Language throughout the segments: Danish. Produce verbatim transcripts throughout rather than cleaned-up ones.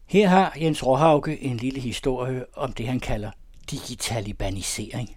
Her har Jens Råhauke en lille historie om det, han kalder digitalibanisering.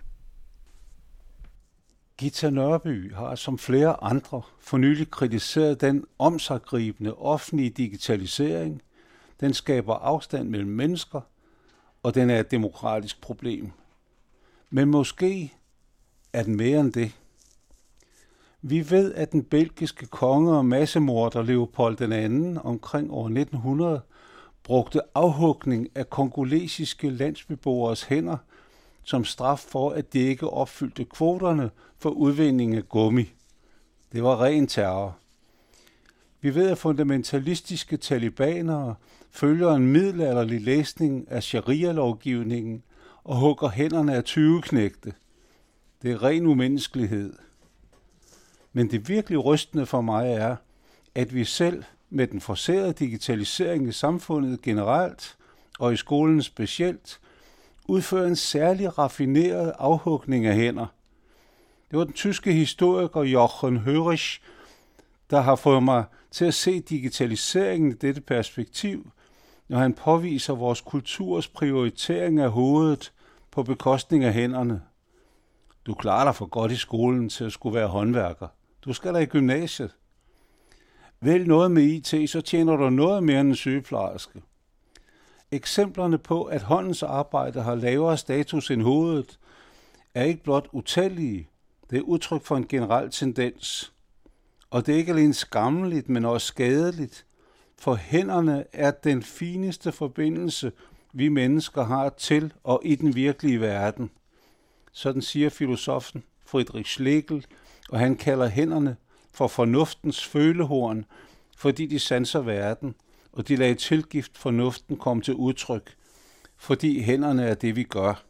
Githa Nørby har som flere andre for nylig kritiseret den omsiggribende offentlige digitalisering. Den skaber afstand mellem mennesker, og den er et demokratisk problem. Men måske er den mere end det. Vi ved, at den belgiske konge og massemorder Leopold den anden omkring år nitten hundrede brugte afhugning af kongolesiske landsbyboeres hænder som straf for, at de ikke opfyldte kvoterne for udvinding af gummi. Det var ren terror. Vi ved, at fundamentalistiske talibanere følger en middelalderlig læsning af sharia-lovgivningen og hugger hænderne af tyveknægte. Det er ren umenneskelighed. Men det virkelig rystende for mig er, at vi selv med den forcerede digitalisering i samfundet generelt og i skolen specielt, udfører en særlig raffineret afhugning af hænder. Det var den tyske historiker Jochen Hörisch, der har fået mig til at se digitaliseringen i dette perspektiv, når han påviser vores kulturs prioritering af hovedet på bekostning af hænderne. Du klarer dig for godt i skolen til at skulle være håndværker. Du skal da i gymnasiet. Vælg noget med I T, så tjener du noget mere end en sygeplejerske. Eksemplerne på, at håndens arbejde har lavere status end hovedet, er ikke blot utallige. Det er udtryk for en generel tendens. Og det er ikke alene skammeligt, men også skadeligt, for hænderne er den fineste forbindelse, vi mennesker har til og i den virkelige verden. Sådan siger filosofen Friedrich Schlegel, og han kalder hænderne for fornuftens følehorn, fordi de sanser verden, og de lader tilgift fornuften komme til udtryk, fordi hænderne er det, vi gør.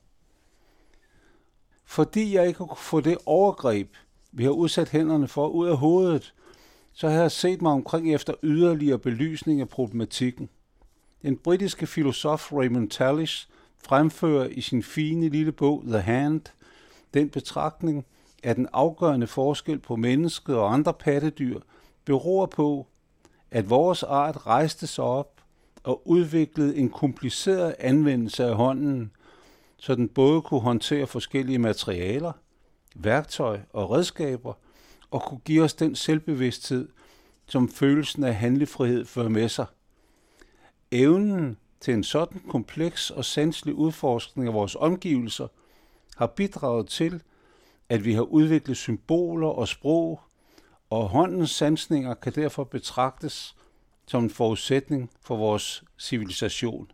Fordi jeg ikke kunne få det overgreb, vi har udsat hænderne for ud af hovedet, så har jeg set mig omkring efter yderligere belysning af problematikken. Den britiske filosof Raymond Tallis fremfører i sin fine lille bog The Hand den betragtning, at den afgørende forskel på mennesket og andre pattedyr beror på, at vores art rejste sig op og udviklede en kompliceret anvendelse af hånden, så den både kunne håndtere forskellige materialer, værktøj og redskaber, og kunne give os den selvbevidsthed, som følelsen af handlefrihed fører med sig. Evnen til en sådan kompleks og sanselig udforskning af vores omgivelser har bidraget til, at vi har udviklet symboler og sprog, og håndens sansninger kan derfor betragtes som en forudsætning for vores civilisation.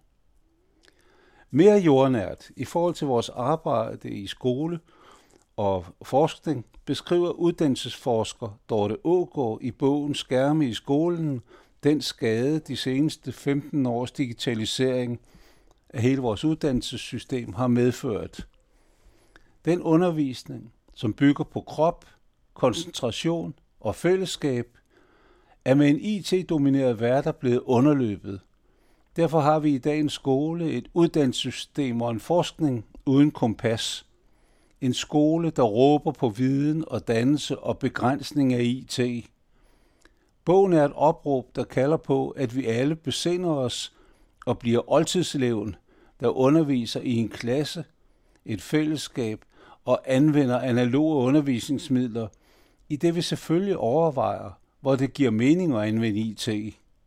Mere jordnært i forhold til vores arbejde i skole og forskning beskriver uddannelsesforsker Dorte Aagaard i bogen Skærme i skolen den skade de seneste femten års digitalisering af hele vores uddannelsessystem har medført. Den undervisning, som bygger på krop, koncentration og fællesskab, er med en I T-domineret hverdag blevet underløbet. Derfor har vi i dag en skole, et uddannelsessystem og en forskning uden kompas. En skole, der råber på viden og dannelse og begrænsning af I T. Bogen er et opråb, der kalder på, at vi alle besinder os og bliver oldtidseleven, der underviser i en klasse, et fællesskab og anvender analoge undervisningsmidler, i det vi selvfølgelig overvejer, hvor det giver mening at anvende I T.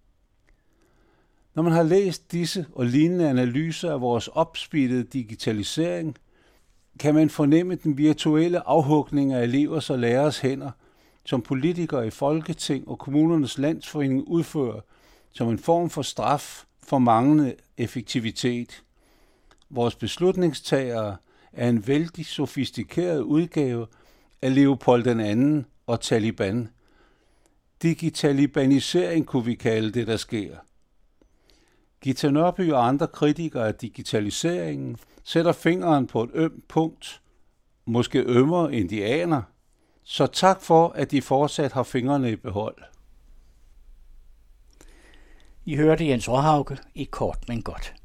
Når man har læst disse og lignende analyser af vores opspeedede digitalisering, kan man fornemme den virtuelle afhugning af elevers og lærers hænder, som politikere i Folketing og Kommunernes Landsforening udfører som en form for straf for manglende effektivitet. Vores beslutningstagere er en vældig sofistikeret udgave af Leopold den anden og Taliban. Digitalibanisering kunne vi kalde det, der sker. Githa Nørby og andre kritikere af digitaliseringen sætter fingeren på et ømt punkt, måske ømmere end de aner, så tak for, at de fortsat har fingrene i behold. I hørte Jens Råhauke i Kort men Godt.